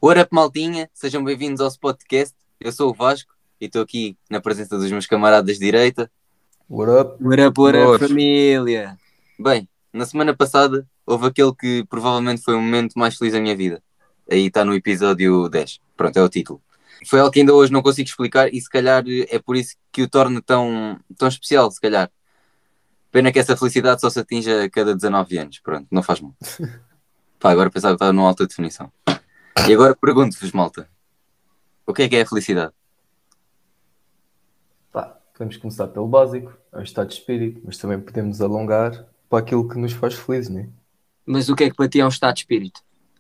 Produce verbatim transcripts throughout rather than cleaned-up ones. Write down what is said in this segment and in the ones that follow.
What up, maltinha? Sejam bem-vindos ao podcast. Eu sou o Vasco e estou aqui na presença dos meus camaradas de direita. What up? What up, what up, Boas. família? Bem, na semana passada houve aquele que provavelmente foi o momento mais feliz da minha vida. Aí está no episódio dez. Pronto, é o título. Foi algo que ainda hoje não consigo explicar e se calhar é por isso que o torna tão, tão especial, se calhar. Pena que essa felicidade só se atinge a cada dezanove anos. Pronto, não faz mal. Pá, agora pensava que estava numa alta definição. E agora pergunto-vos, malta. O que é que é a felicidade? Pá, podemos começar pelo básico, é o estado de espírito, mas também podemos alongar para aquilo que nos faz felizes, né? Mas o que é que para ti é um estado de espírito?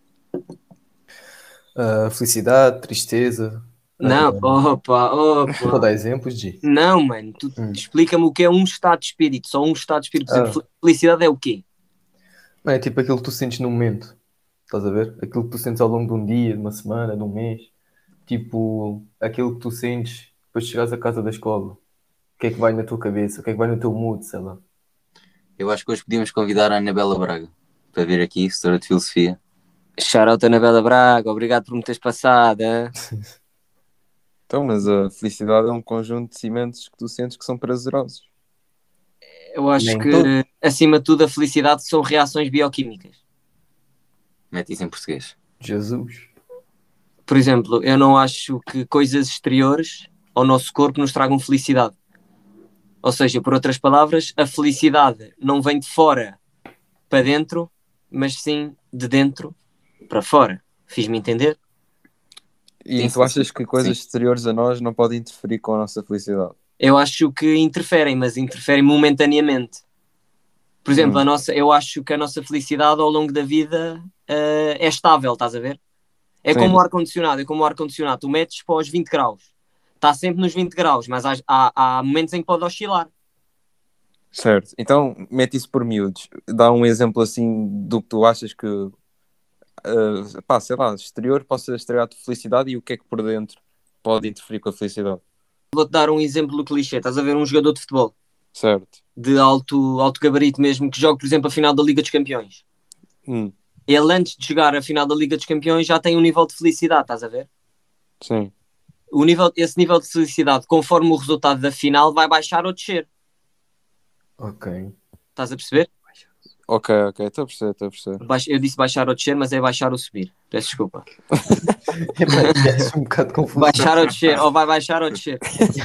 Uh, felicidade, tristeza. Não, opa, Vou opa. dar exemplos de. Não, mano, tu Hum. explica-me o que é um estado de espírito. Só um estado de espírito. Por exemplo, Ah. felicidade é o quê? Não, é tipo aquilo que tu sentes no momento, estás a ver? Aquilo que tu sentes ao longo de um dia, de uma semana, de um mês. Tipo, aquilo que tu sentes depois de chegares a casa da escola. O que é que vai na tua cabeça? O que é que vai no teu mood, sei lá. Eu acho que hoje podíamos convidar a Anabela Braga para vir aqui, professora de filosofia. Shout-out Anabela Braga, obrigado por me teres passado. Hein? Então, mas a felicidade é um conjunto de sentimentos que tu sentes que são prazerosos. Eu acho Nem que, todo. acima de tudo, a felicidade são reações bioquímicas. Mete isso em português. Jesus. Por exemplo, eu não acho que coisas exteriores ao nosso corpo nos tragam felicidade. Ou seja, por outras palavras, a felicidade não vem de fora para dentro, mas sim de dentro para fora. Fiz-me entender? E Sim, tu sim, achas sim. que coisas Sim. exteriores a nós não podem interferir com a nossa felicidade? Eu acho que interferem, mas interferem momentaneamente. Por exemplo, Hum. a nossa, eu acho que a nossa felicidade ao longo da vida uh, é estável, estás a ver? É Sim. como o ar-condicionado, é como o ar-condicionado. Tu metes para os vinte graus. Está sempre nos vinte graus, mas há, há, há momentos em que pode oscilar. Certo. Então, mete isso por miúdos. Dá um exemplo assim do que tu achas que, uh, pá, sei lá, exterior possa estragar-te felicidade e o que é que por dentro pode interferir com a felicidade. Vou-te dar um exemplo do clichê. Estás a ver um jogador de futebol Certo. de alto, alto gabarito mesmo, que joga, por exemplo, a final da Liga dos Campeões. Hum. Ele, antes de jogar a final da Liga dos Campeões, já tem um nível de felicidade, estás a ver? Sim. O nível, esse nível de felicidade, conforme o resultado da final, vai baixar ou descer. Ok. Estás a perceber? Ok, ok. Estou a perceber, estou a perceber. Baix- Eu disse baixar ou descer, mas é baixar ou subir. Peço desculpa. É um bocado confuso. Baixar ou descer, ou vai baixar ou descer.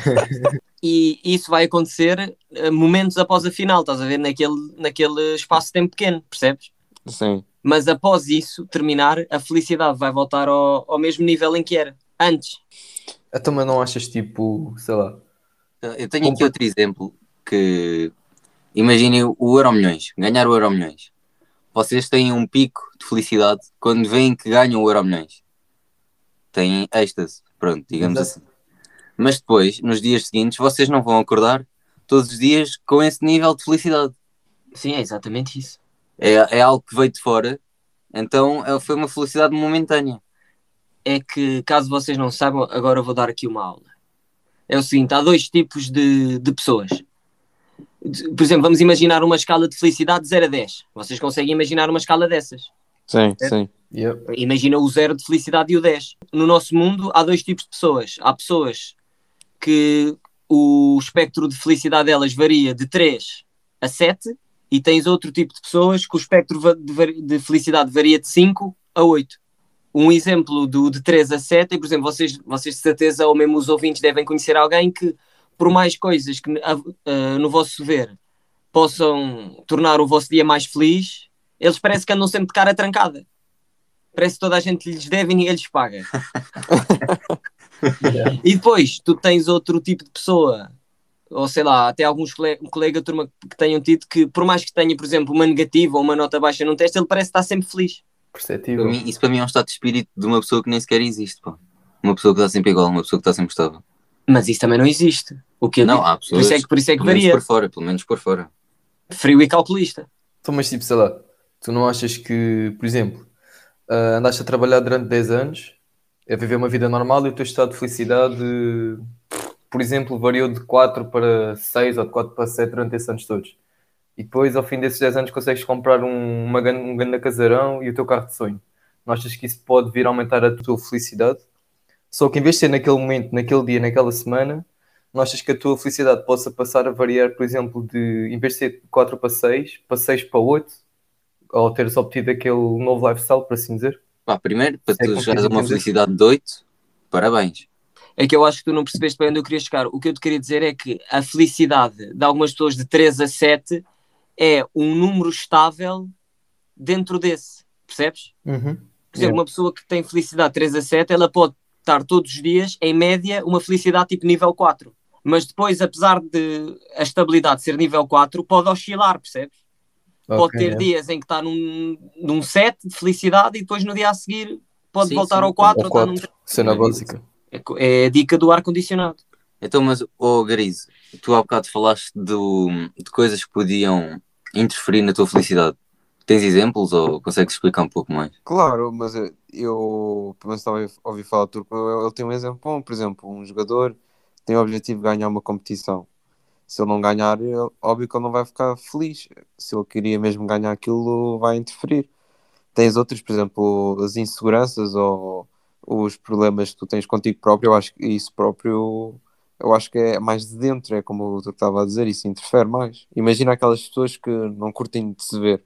E isso vai acontecer uh, momentos após a final, estás a ver? Naquele, naquele espaço de tempo pequeno, percebes? Sim. Mas após isso terminar, a felicidade vai voltar ao, ao mesmo nível em que era antes. Então, mas não achas tipo, sei lá. Eu tenho aqui outro exemplo que... Imaginem o Euromilhões, ganhar o Euromilhões. Vocês têm um pico de felicidade quando veem que ganham o Euromilhões. Têm êxtase, pronto, digamos Exato. assim. Mas depois, nos dias seguintes, vocês não vão acordar todos os dias com esse nível de felicidade. Sim, é exatamente isso. É, é algo que veio de fora, então é- foi uma felicidade momentânea. É que, caso vocês não saibam, agora eu vou dar aqui uma aula. É o seguinte, há dois tipos de, de pessoas. De- Por exemplo, vamos imaginar uma escala de felicidade de zero a dez. Vocês conseguem imaginar uma escala dessas? Sim, Certo? sim. Yep. Imagina o zero de felicidade e o dez. No nosso mundo há dois tipos de pessoas. Há pessoas que o espectro de felicidade delas varia de três a sete e tens outro tipo de pessoas que o espectro va- de, vari- de felicidade varia de cinco a oito. Um exemplo do de três a sete, e, por exemplo, vocês, vocês de certeza, ou mesmo os ouvintes, devem conhecer alguém que, por mais coisas que a- a- no vosso ver possam tornar o vosso dia mais feliz, eles parece que andam sempre de cara trancada. Parece que toda a gente lhes deve e ninguém lhes paga. Yeah. E depois, tu tens outro tipo de pessoa, ou sei lá, até alguns colegas um colega de turma que tenham tido, que por mais que tenha, por exemplo, uma negativa ou uma nota baixa num teste, ele parece estar sempre feliz. Para Perceptível. mim, isso para mim é um estado de espírito de uma pessoa que nem sequer existe, pá. Uma pessoa que está sempre igual, uma pessoa que está sempre estável. Mas isso também não existe. O que eu Não, digo- há por pessoas, isso é que, por isso é que pelo menos varia. por fora, pelo menos por fora. Frio e calculista. Então, mas tipo, sei lá, tu não achas que, por exemplo, ah, andaste a trabalhar durante dez anos, a viver uma vida normal e o teu estado de felicidade, por exemplo, variou de quatro para seis ou de quatro para sete durante esses anos todos. E depois, ao fim desses dez anos, consegues comprar um, uma, gan- um grande casarão e o teu carro de sonho. Não não achas que isso pode vir a aumentar a tua felicidade? Só que em vez de ser naquele momento, naquele dia, naquela semana, não achas que a tua felicidade possa passar a variar, por exemplo, de em vez de ser quatro para seis, para seis para oito, ou teres obtido aquele novo lifestyle, por assim dizer? Pá, primeiro, para É tu como chegares a queres uma entender. felicidade de oito, parabéns. É que eu acho que tu não percebeste bem onde eu queria chegar. O que eu te queria dizer é que a felicidade de algumas pessoas de três a sete é um número estável dentro desse, percebes? Uhum. Por exemplo, uma pessoa que tem felicidade três a sete, ela pode estar todos os dias, em média, uma felicidade tipo nível quatro. Mas depois, apesar de a estabilidade ser nível quatro, pode oscilar, percebes? Pode Ok, ter é. dias em que está num, num sete de felicidade e depois no dia a seguir pode Sim, voltar sim. ao quatro ou Ou está num... quatro, cena Não é básica. É, co- é a dica do ar-condicionado. Então, mas, oh Garizo, tu há bocado falaste do, de coisas que podiam interferir na tua felicidade. Tens exemplos ou consegues explicar um pouco mais? Claro, mas eu, eu pelo menos estava a ouvir falar de turco, ele tem um exemplo bom, por exemplo, um jogador tem o objetivo de ganhar uma competição. Se ele não ganhar, ele- óbvio que ele não vai ficar feliz. Se ele queria mesmo ganhar aquilo, vai interferir. Tens outros, por exemplo, as inseguranças ou os problemas que tu tens contigo próprio, eu acho que isso próprio, eu acho que é mais de dentro, é como o que estava a dizer, isso interfere mais. Imagina aquelas pessoas que não curtem de se ver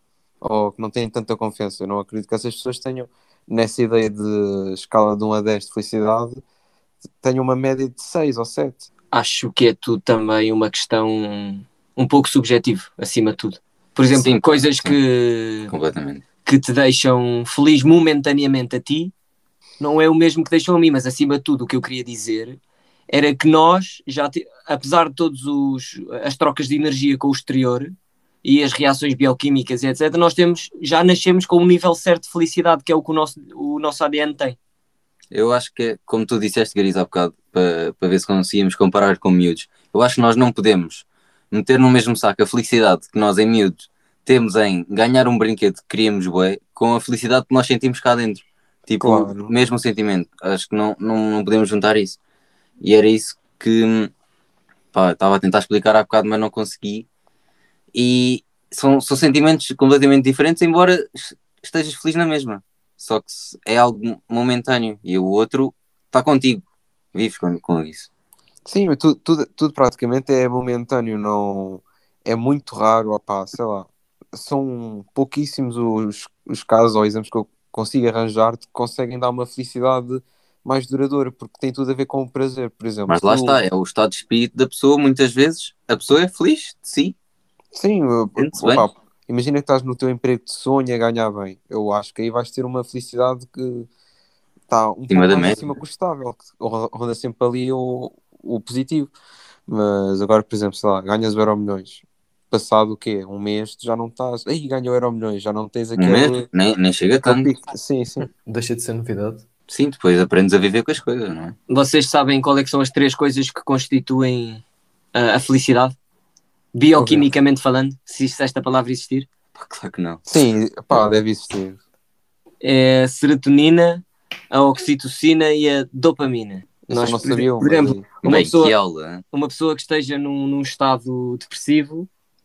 ou que não têm tanta confiança. Eu não acredito que essas pessoas tenham, nessa ideia de escala de um a dez de felicidade, tenham uma média de seis ou sete. Acho que é tudo também uma questão um pouco subjetivo, acima de tudo. Por exemplo, Sim, coisas sim. que, Completamente. que te deixam feliz momentaneamente a ti, não é o mesmo que deixam a mim, mas acima de tudo o que eu queria dizer era que nós, já te- apesar de todas as trocas de energia com o exterior e as reações bioquímicas e etcétera, nós temos, já nascemos com um nível certo de felicidade, que é o que o nosso, o nosso A D N tem. Eu acho que é, como tu disseste, Gariz, há bocado, para, para ver se conseguíamos comparar com miúdos. Eu acho que nós não podemos meter no mesmo saco a felicidade que nós, em miúdos, temos em ganhar um brinquedo que queríamos bué, com a felicidade que nós sentimos cá dentro. Tipo, Claro. o mesmo sentimento. Acho que não, não, não podemos juntar isso. E era isso que, pá, estava a tentar explicar há bocado, mas não consegui. E são, são sentimentos completamente diferentes, embora estejas feliz na mesma. Só que é algo momentâneo e o outro está contigo, vives com, com isso. Sim, tudo, tudo, tudo praticamente é momentâneo, não é muito raro, opá, sei lá, são pouquíssimos os, os casos ou exemplos que eu consigo arranjar que conseguem dar uma felicidade mais duradoura, porque tem tudo a ver com o prazer, por exemplo. Mas lá Tu, está, é o estado de espírito da pessoa. Muitas vezes a pessoa é feliz de si, sim, sente-se bem. opá, imagina que estás no teu emprego de sonho a ganhar bem, eu acho que aí vais ter uma felicidade que está um Acima pouco da mais média. acima que o estável, que ronda sempre ali o, o positivo. Mas agora, por exemplo, sei lá, ganhas o Euromilhões. Passado o quê? Um mês, tu já não estás. Aí ganhou o Euromilhões, já não tens Um mês aquele, nem, nem chega aquele tanto. pico. Sim, sim. Deixa de ser novidade. Sim, depois aprendes a viver com as coisas, não é? Vocês sabem qual é que são as três coisas que constituem a, a felicidade? Bioquimicamente falando, se se esta palavra existir. Pá, claro que não. Sim, pá, deve existir. É a serotonina, a oxitocina e a dopamina. Eu só Nós, não por exemplo, sabia por uma exemplo, daí. uma Bem, pessoa, que aula, hein? uma pessoa que esteja num, num estado depressivo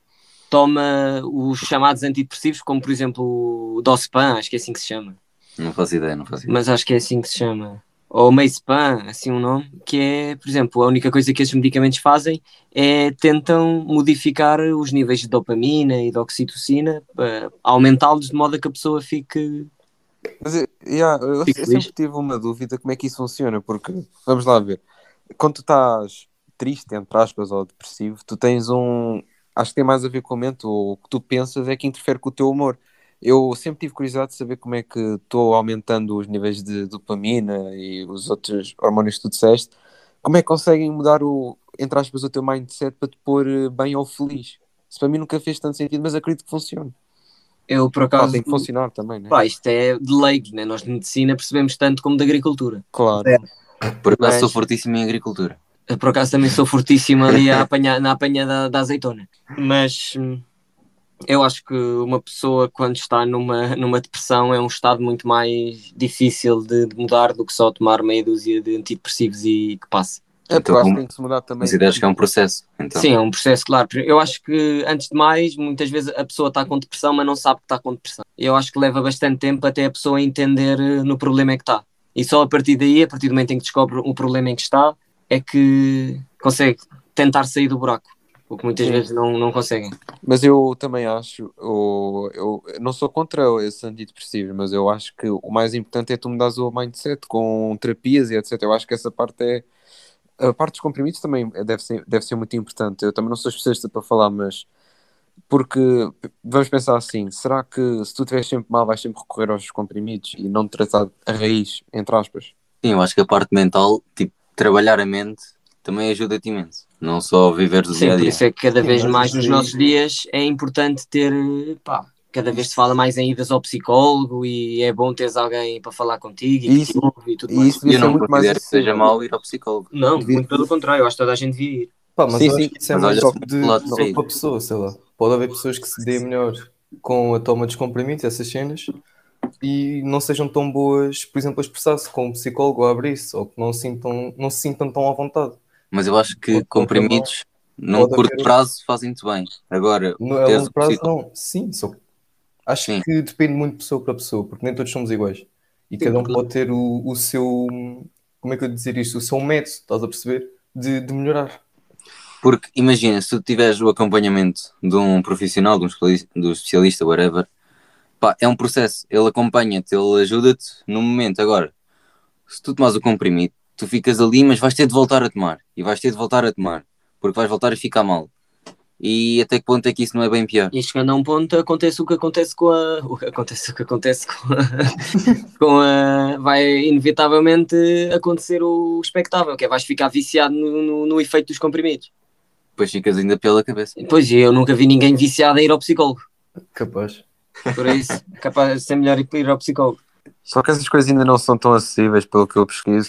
toma os chamados antidepressivos, como por exemplo o Dozepam, acho que é assim que se chama. Não faço ideia, não faço ideia. Mas acho que é assim que se chama. Ou Mazepam, assim um nome, que é, por exemplo, a única coisa que esses medicamentos fazem é tentam modificar os níveis de dopamina e de oxitocina, para aumentá-los de modo a que a pessoa fique, Mas eu, yeah, eu, fique eu feliz. sempre tive uma dúvida como é que isso funciona, porque, vamos lá ver, quando tu estás triste, entre aspas, ou depressivo, tu tens um. Acho que tem mais a ver com a mente, ou o que tu pensas é que interfere com o teu humor. Eu sempre tive curiosidade de saber como é que estou aumentando os níveis de dopamina e os outros hormônios que tu disseste, como é que conseguem mudar o, entre aspas, o teu mindset para te pôr eh, bem ou feliz. Isso para mim nunca fez tanto sentido, mas acredito que funcione. Eu, por Pá, acaso, tem que funcionar também, né? pá, isto é de leigos, né? Nós de medicina percebemos tanto como de agricultura. Claro. Por acaso sou Mas, fortíssimo em agricultura. Eu, por acaso, também sou fortíssimo ali a apanhar, na apanha da, da azeitona. Mas hum, eu acho que uma pessoa, quando está numa, numa depressão, é um estado muito mais difícil de, de mudar do que só tomar meia dúzia de antidepressivos e que passe. É, porque Então, eu acho que tem que se mudar também. consideras que é um processo. Então, Sim, é um processo, claro. Eu acho que, antes de mais, muitas vezes a pessoa está com depressão, mas não sabe que está com depressão. Eu acho que leva bastante tempo até a pessoa entender eh, no problema em que está. E só a partir daí, a partir do momento em que descobre o problema em que está, é que consegue tentar sair do buraco. O que muitas Sim. vezes não, não conseguem. Mas eu também acho, eu, eu não sou contra esses antidepressivos, mas eu acho que o mais importante é tu mudares o mindset com terapias e etcétera. Eu acho que essa parte é. A parte dos comprimidos também deve ser, deve ser muito importante. Eu também não sou especialista para falar, mas porque vamos pensar assim: será que se tu estiveres sempre mal, vais sempre recorrer aos comprimidos e não tratar a raiz, entre aspas? sim, eu acho que a parte mental, tipo, trabalhar a mente também ajuda-te imenso. Não só viver do dia Sim, a por dia. isso é que cada Sim, vez mas mais isso nos aí- nossos dias é importante ter, pá, cada vez se fala mais em idas ao psicólogo e é bom teres alguém para falar contigo e E que isso, te ouve e tudo e mais. isso devia Eu ser não muito mais considero que seja acessível. mau ir ao psicólogo. Não, Devia- muito pelo contrário, eu acho que toda a gente devia ir. Pá, mas Sim, eu sim, acho que isso é mas muito olha, só só de do lado pessoa direito. para pessoa, sei lá. Pode haver pessoas que se dêem melhor com a toma dos comprimidos, essas cenas, e não sejam tão boas, por exemplo, a expressar-se com um psicólogo ou a abrir-se, ou que não, sintam, não se sintam tão à vontade. Mas eu acho que Por outra mão, comprimidos, num pode curto haver. prazo, fazem-te bem. Agora, No, a teres longo o prazo, psicólogo. não. Sim, só acho Sim, que depende muito de pessoa para pessoa, porque nem todos somos iguais. E sim, cada um porque pode ter o, o seu. Como é que eu ia dizer isto? O seu método, estás a perceber? De, de melhorar. Porque imagina, se tu tiveres o acompanhamento de um profissional, de um especialista, de um especialista, whatever, pá, é um processo. Ele acompanha-te, ele ajuda-te no momento. Agora, se tu tomas o comprimido, tu ficas ali, mas vais ter de voltar a tomar. E vais ter de voltar a tomar. Porque vais voltar a ficar mal. E até que ponto é que isso não é bem pior? E chegando a um ponto, acontece o que acontece com a. O que acontece o que acontece com a. com a vai inevitavelmente acontecer o expectável, que é vais ficar viciado no, no, no efeito dos comprimidos. Depois ficas ainda pela cabeça. Pois, eu nunca vi ninguém viciado a ir ao psicólogo. Capaz. Por isso, é capaz de ser melhor ir ao psicólogo. Só que essas coisas ainda não são tão acessíveis, pelo que eu pesquiso.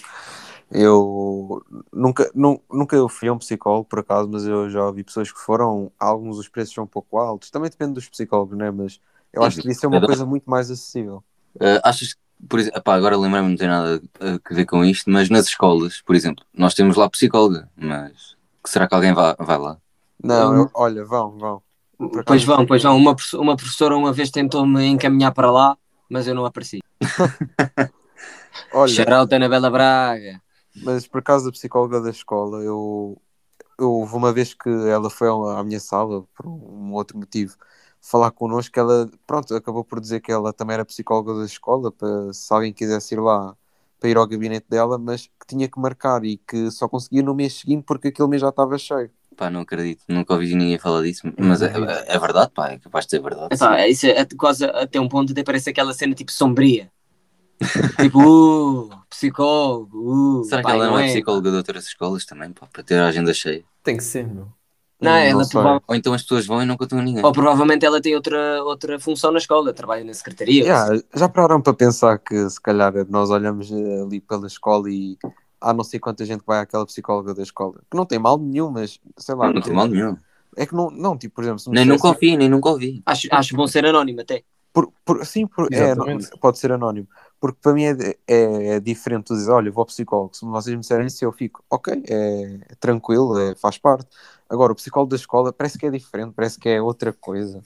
Eu nunca, nu- nunca eu fui a um psicólogo, por acaso, mas eu já ouvi pessoas que foram. Alguns dos preços são um pouco altos. Também depende dos psicólogos, né? Mas eu acho que devia ser uma coisa muito mais acessível. Uh, achas que, por exemplo, epá, agora lembrei-me, não tem nada a ver com isto, mas nas escolas, por exemplo, nós temos lá psicóloga, mas que será que alguém vai, vai lá? Não, eu- olha, vão, vão. Por Pois acaso, vão, pois vão. Uma, profe- uma professora uma vez tentou-me encaminhar para lá, mas eu não apareci. olha, Shout out Anabela Braga. mas por acaso a psicóloga da escola, eu, eu houve uma vez que ela foi à minha sala, por um outro motivo, falar connosco, ela, pronto, acabou por dizer que ela também era psicóloga da escola, para se alguém quisesse ir lá para ir ao gabinete dela, mas que tinha que marcar e que só conseguia no mês seguinte porque aquele mês já estava cheio. Pá, não acredito, nunca ouvi ninguém falar disso, mas é, é, é verdade, pá, é capaz de ser verdade. Epá, isso é, é quase até um ponto até parece aquela cena tipo sombria. Tipo, uh, psicólogo, uh, Será que pá, ela não não é é? psicóloga de outras escolas também, pá, para ter a agenda cheia? Tem que ser, meu. Não, Hum, ela não sei. prova- Ou então as pessoas vão e não contam a ninguém. ou provavelmente ela tem outra, outra função na escola, trabalha na secretaria. ou Yeah, já pararam para pensar que se calhar nós olhamos eh, ali pela escola e há não sei quanta gente que vai àquela psicóloga da escola, que não tem mal nenhum, mas sei lá, Não, não tem mal nenhum. é que não, não, tipo, por exemplo, se me Nem nunca dissesse, ouvi, nem nunca ouvi. Acho, acho bom ser anónimo até. por, por, sim, por, é, não- Exatamente. pode ser anónimo, porque para mim é, é, é diferente tu dizer, olha, eu vou ao psicólogo, se vocês me disserem isso eu fico, ok, é, é tranquilo, é, faz parte. Agora, o psicólogo da escola parece que é diferente, parece que é outra coisa.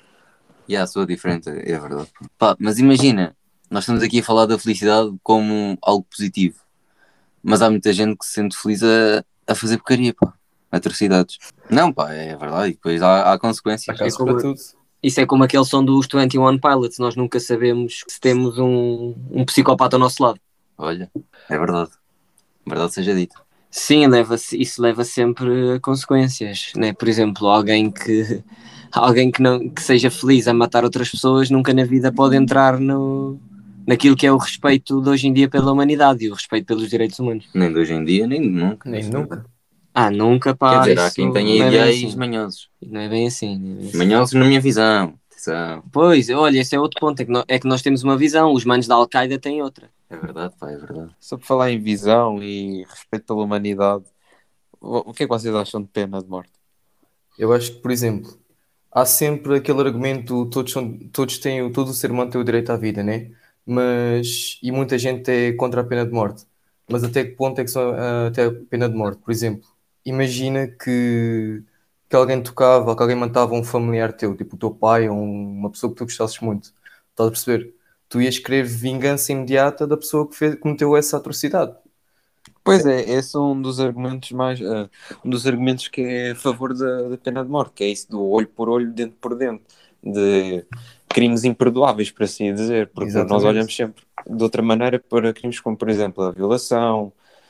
E yeah, sou diferente, é verdade. Pá, mas imagina, nós estamos aqui a falar da felicidade como algo positivo, mas há muita gente que se sente feliz a, a fazer porcaria, pá, atrocidades. Não, pá, é verdade, e depois há, há consequências. Há casos como- para tudo. Isso é como aquele som dos twenty one Pilots, nós nunca sabemos se temos um, um psicopata ao nosso lado. Olha, é verdade. Verdade seja dita. Sim, leva isso leva sempre a consequências, né? Por exemplo, alguém que alguém que não que seja feliz a matar outras pessoas nunca na vida pode entrar no naquilo que é o respeito de hoje em dia pela humanidade e o respeito pelos direitos humanos. Nem de hoje em dia, nem de nunca. Nem nunca. Ah, nunca, pá. Quer dizer, há isso quem tenha não é bem ideais assim. manhosos. Não é bem assim. Não é bem assim. Manhosos na minha visão. Atenção. Pois, olha, esse é outro ponto, é que, no- é que nós temos uma visão, os manos da Al-Qaeda têm outra. É verdade, pá, é verdade. Só por falar em visão e respeito pela humanidade, o, o que é que vocês acham de pena de morte? Eu acho que, por exemplo, há sempre aquele argumento, todos, são, todos têm, o- todo o ser humano tem o direito à vida, né? Mas, e muita gente é contra a pena de morte. Mas até que ponto é que são ah, até a pena de morte? Por exemplo, imagina que, que alguém tocava, ou que alguém matava um familiar teu, tipo o teu pai ou uma pessoa que tu gostasses muito. Estás a perceber? Tu ias querer vingança imediata da pessoa que fez, cometeu essa atrocidade. Pois é, esse é um dos argumentos mais, eh, um dos argumentos que é a favor da, da pena de morte, que é isso do olho por olho, dente por dente, de crimes imperdoáveis, por assim dizer, porque nós Exatamente. olhamos sempre de outra maneira para crimes como, por exemplo, a violação,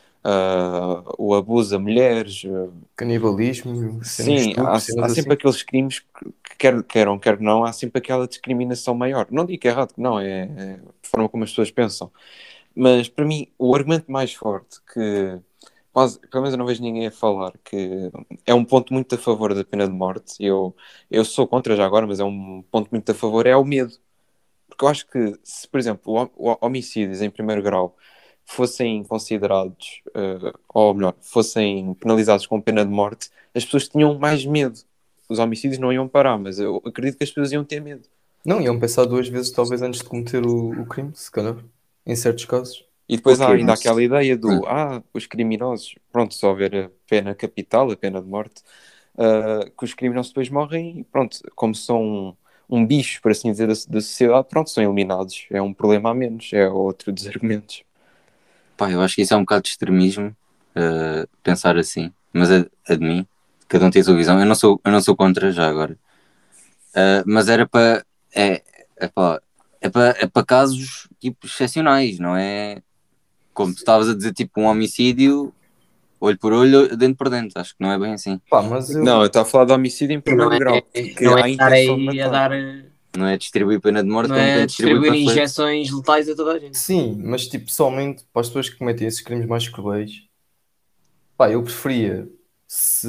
ah, o abuso a mulheres. ah, Canibalismo, cenas de Sim, há, estupro, cenas há assim. sempre aqueles crimes que, que quer queiram, quer não, há sempre aquela discriminação maior. Não digo que é errado, que não, é, é a forma como as pessoas pensam. Mas para mim, o argumento mais forte que quase, pelo menos eu não vejo ninguém a falar, que é um ponto muito a favor da pena de morte, eu, eu sou contra já agora, mas é um ponto muito a favor, é o medo. Porque eu acho que se, por exemplo, o, o- homicídios em primeiro grau fossem considerados, eh, ou melhor, fossem penalizados com pena de morte, as pessoas tinham mais medo. Os homicídios não iam parar, mas eu acredito que as pessoas iam ter medo. Não, iam pensar duas vezes, talvez, antes de cometer o, o crime, se calhar, em certos casos. E depois há Porquê? ainda Mas, aquela ideia do, hum, ah, os criminosos, pronto, só houver a pena capital, a pena de morte, ah, que os criminosos depois morrem e pronto, como são um, um bicho, por assim dizer, da, da sociedade, pronto, são eliminados. É um problema a menos, é outro dos argumentos. pá, eu acho que isso é um bocado de extremismo, eh, pensar assim, mas é, é de mim, cada um tem a sua visão. Eu não sou, eu não sou contra já agora. Eh, mas era para é, é para é para é para casos tipo excepcionais, não é? Como tu estavas a dizer, tipo um homicídio, olho por olho, dente por dente. Acho que não é bem assim. Pá, mas Não, eu eu, estou a falar de homicídio em Não primeiro é, grau, que não é há estar intenção de aí a matar. dar, eh, Não é distribuir pena de morte não como é quem distribui distribuir panfletos. injeções letais a toda a gente. sim, mas tipo, somente para as pessoas que cometem esses crimes mais cruéis, pá, eu preferia, se,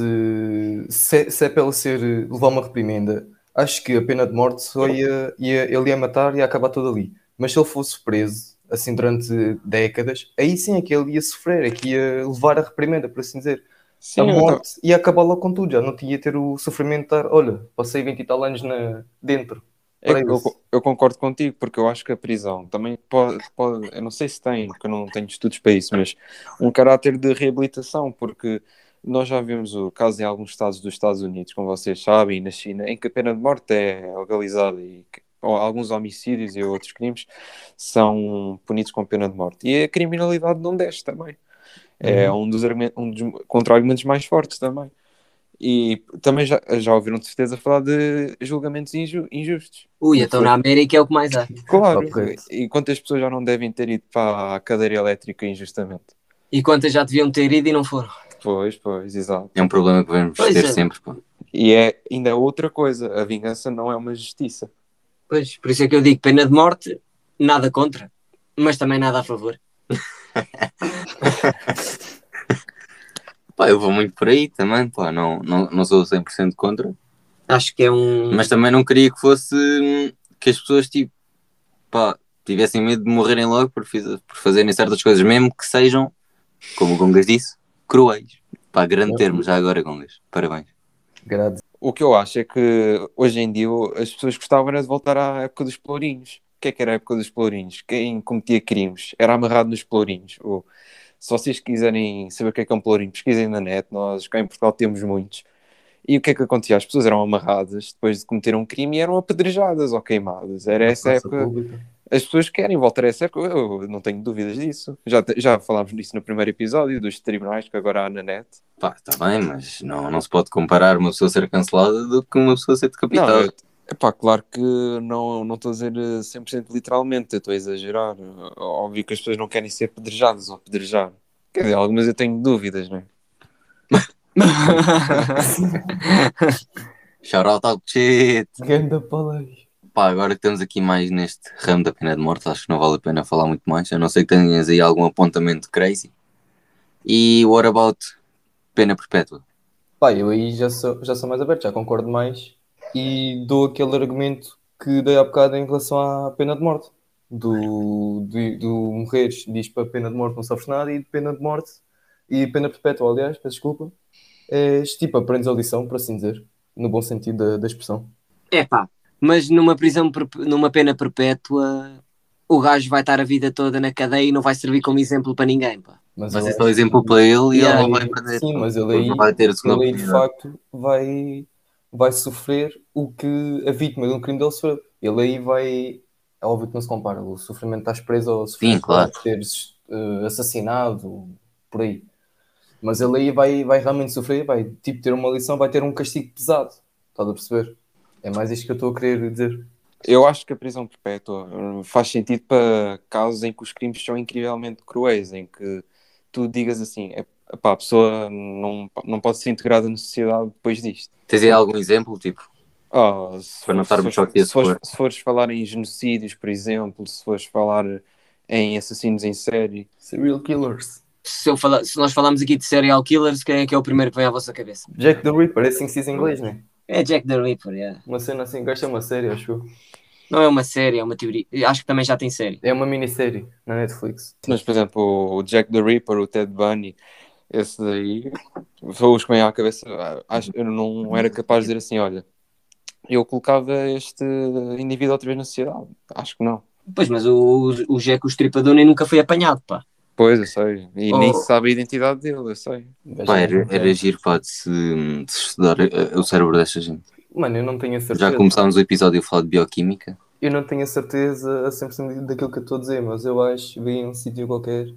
se, se é para ele ser, levar uma reprimenda, acho que a pena de morte só ia, ia, ele ia matar e ia acabar tudo ali. Mas se ele fosse preso, assim, durante décadas, aí sim é que ele ia sofrer, é que ia levar a reprimenda, por assim dizer. A Sim, eu estava. morte ia acabar logo com tudo, já não tinha ter o sofrimento de estar, olha, passei vinte e tal anos na, dentro, É para que eu, isso. eu concordo contigo, porque eu acho que a prisão também pode, pode, eu não sei se tem, porque eu não tenho estudos para isso, mas um caráter de reabilitação, porque nós já vimos o caso em alguns estados dos Estados Unidos, como vocês sabem, e na China, em que a pena de morte é legalizada e que, ou alguns homicídios e outros crimes são punidos com pena de morte. E a criminalidade não desce também. É Uhum. um dos, argumen- um dos contra-argumentos mais fortes também. E também já, já ouviram de certeza falar de julgamentos inju- injustos. Ui, Porque então foi na América é o que mais há. claro, Ok. e quantas pessoas já não devem ter ido para a cadeira elétrica injustamente? E quantas já deviam ter ido e não foram? Pois, pois, exato. É um problema que devemos Pois ter é, sempre, pá. E é ainda outra coisa, a vingança não é uma justiça. pois, por isso é que eu digo pena de morte, nada contra, mas também nada a favor. Pá, eu vou muito por aí também, pá. Não, não, não sou cem por cento contra. Acho que é um. Mas também não queria que fosse hum, que as pessoas tipo, pá, tivessem medo de morrerem logo por, fiz- por fazerem certas coisas, mesmo que sejam, como o Gongas disse, cruéis. Pá, grande termo, já agora, Gongas. Parabéns. Grades. O que eu acho é que hoje em dia as pessoas gostavam era de voltar à época dos pelourinhos. O que é que era a época dos pelourinhos? Quem cometia crimes era amarrado nos pelourinhos. Ou, se vocês quiserem saber o que é que é um pelourinho, pesquisem na net, nós cá em Portugal temos muitos. E o que é que acontecia? As pessoas eram amarradas depois de cometer um crime e eram apedrejadas ou queimadas. Era Na essa praça época. pública. As pessoas querem voltar a essa época. Eu não tenho dúvidas disso. Já, te- já falámos disso no primeiro episódio dos tribunais que agora há na net. Pá, está bem, mas não, não se pode comparar uma pessoa ser cancelada do que uma pessoa ser Não, decapitada. eu, epá, claro que não não estou a dizer eh, cem por cento literalmente, eu estou a exagerar. Óbvio que as pessoas não querem ser apedrejadas ou apedrejar. Quer dizer, algumas eu tenho dúvidas, não é? Shout out ao shit. Ganda palei. Pá, agora que estamos aqui mais neste ramo da pena de morte, acho que não vale a pena falar muito mais, a não ser que tenhas aí algum apontamento crazy. E what about pena perpétua? Pá, eu aí já sou, já sou mais aberto, já concordo mais e dou aquele argumento que dei há bocado em relação à pena de morte. Do, do, do morreres, diz para pena de morte não sofres nada e de pena de morte e pena perpétua, aliás, peço desculpa, és tipo aprendes a lição, por assim dizer, no bom sentido da, da expressão. É pá, mas numa prisão, perp- numa pena perpétua, o gajo vai estar a vida toda na cadeia e não vai servir como exemplo para ninguém, pá. Mas Vai eu ser acho só exemplo que- para ele e Yeah, ele não vai ele- aprender. Sim, mas ele Ele aí, não vai ter a segunda ele aí de oportunidade. facto vai, vai sofrer o que a vítima de um crime dele sofreu. Ele aí vai. É óbvio que não se compara. O sofrimento de estás preso ao sofrimento claro. de teres eh, assassinado, por aí. Mas ele aí vai, vai realmente sofrer, vai tipo ter uma lição, vai ter um castigo pesado. Estás a perceber? É mais isto que eu estou a querer dizer. Eu acho que a prisão perpétua hum, faz sentido para casos em que os crimes são incrivelmente cruéis, em que tu digas assim, é, pá, a pessoa não, não pode ser integrada na sociedade depois disto. Tens aí algum exemplo, tipo? Ah, se, Para não for- se, estarmos fores, só aqui a se, fores, supor. se fores falar em genocídios, por exemplo, se fores falar em assassinos em série, Serial killers. Se, eu falar, se nós falarmos aqui de serial killers, quem é que é o primeiro que vem à vossa cabeça? Jack the Ripper, é assim que se diz em inglês, né? É Jack the Ripper, yeah. Uma cena assim, gasta uma série, acho eu. Não é uma série, é uma teoria. Acho que também já tem série. É uma minissérie na Netflix. mas por exemplo o Jack the Ripper, o Ted Bunny, esse daí, foi os que vêm à cabeça. Ah, acho, eu não era capaz de dizer assim, olha, eu colocava este indivíduo outra vez na sociedade. Acho que não. Pois, mas o, o Jack o Estripador nem nunca foi apanhado, pá. Pois, eu sei. E Oh. nem se sabe a identidade dele, eu sei. Pá, era, era giro, pá, de se, de se estudar uh, o cérebro desta gente. Mano, eu não tenho a certeza. Já começámos o episódio a falar de bioquímica. Eu não tenho a certeza a cem por cento daquilo que eu estou a dizer, mas eu acho, vi em um sítio qualquer,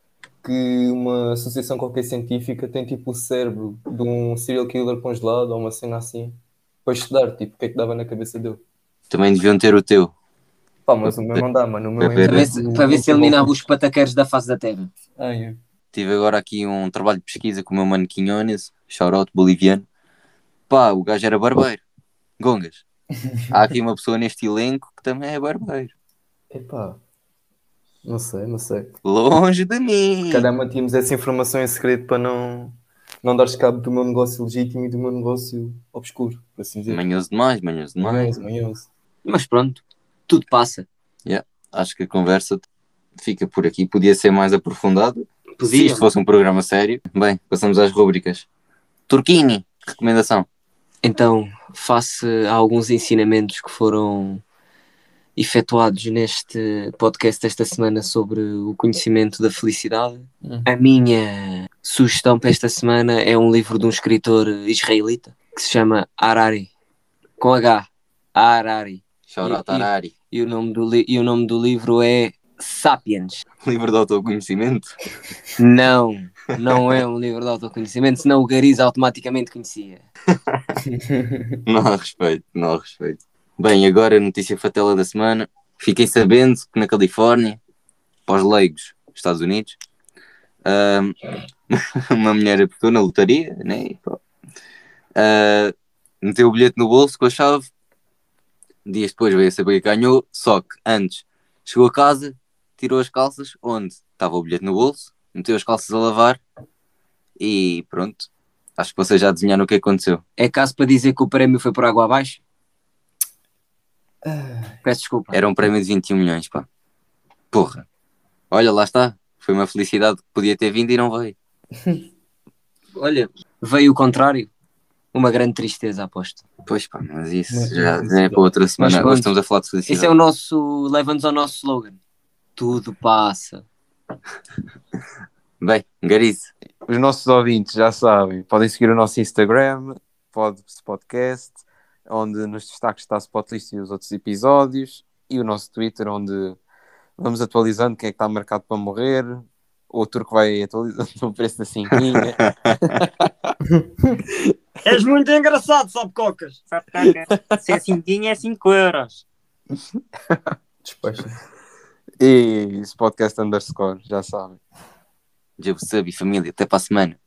que uma associação qualquer científica tem tipo o cérebro de um serial killer congelado ou uma cena assim, para estudar, tipo, o que é que dava na cabeça dele. Também deviam ter o teu. Pá, mas o meu não dá, mano. O meu Para ver- Para ver se, para ver se eliminava os pataqueiros da face da terra. Ah, é. Tive agora aqui um trabalho de pesquisa com o meu mano Quinhones, shout-out boliviano. Pá, o gajo era barbeiro. Gongas. Há aqui uma pessoa neste elenco que também é barbeiro. Epá, não sei, não sei. Longe de mim. Se calhar mantínhamos essa informação em segredo para não, não dares cabo do meu negócio legítimo e do meu negócio obscuro, por assim dizer. Manhoso demais, manhoso demais. Manhoso, manhoso. Mas pronto, tudo passa. Acho que a conversa fica por aqui. Podia ser mais aprofundada. Se Podia. isto fosse um programa sério. Bem, passamos às rúbricas. Turquini, recomendação. Então, face a alguns ensinamentos que foram efetuados neste podcast esta semana sobre o conhecimento da felicidade, Hum. a minha sugestão para esta semana é um livro de um escritor israelita que se chama Harari, com H, Harari. Shout-out E- e- Arari. E o nome do, li- e o nome do livro é Sapiens. Livro de autoconhecimento. Não, não é um livro de autoconhecimento, senão o Gariz automaticamente conhecia. Não há respeito, não há respeito. Bem, agora a notícia fatela da semana. Fiquei sabendo que na Califórnia, para os leigos, Estados Unidos, ahm, uma mulher apostou na lotaria, né? e pá, ah, meteu o bilhete no bolso com a chave. Dias depois veio a saber que ganhou, só que antes chegou a casa, tirou as calças, onde estava o bilhete no bolso, meteu as calças a lavar e pronto. Acho que vocês já desenharam o que aconteceu. É caso para dizer que o prémio foi por água abaixo? Peço desculpa. Era um prémio de vinte e um milhões, pá. Porra. Olha, lá está. Foi uma felicidade que podia ter vindo e não veio. Olha, veio o contrário. Uma grande tristeza, aposto. Pois pá, mas isso Uma já felicidade. é para outra semana. Mas Agora pronto. estamos a falar de felicidade. Esse é o nosso. Leva-nos ao nosso slogan. Tudo passa. Bem, Garize. Os nossos ouvintes já sabem, podem seguir o nosso Instagram, pod, podcast, onde nos destaques está a Spotlist e os outros episódios, e o nosso Twitter, onde vamos atualizando quem é que está marcado para morrer, o turco vai atualizando o preço da cinquinha. És muito engraçado, sabe, Cocas? Sabe, caca? Se é cinquinha é cinco euros. Despecha. E esse podcast underscore, já sabem. Já sub e família. Até para a semana.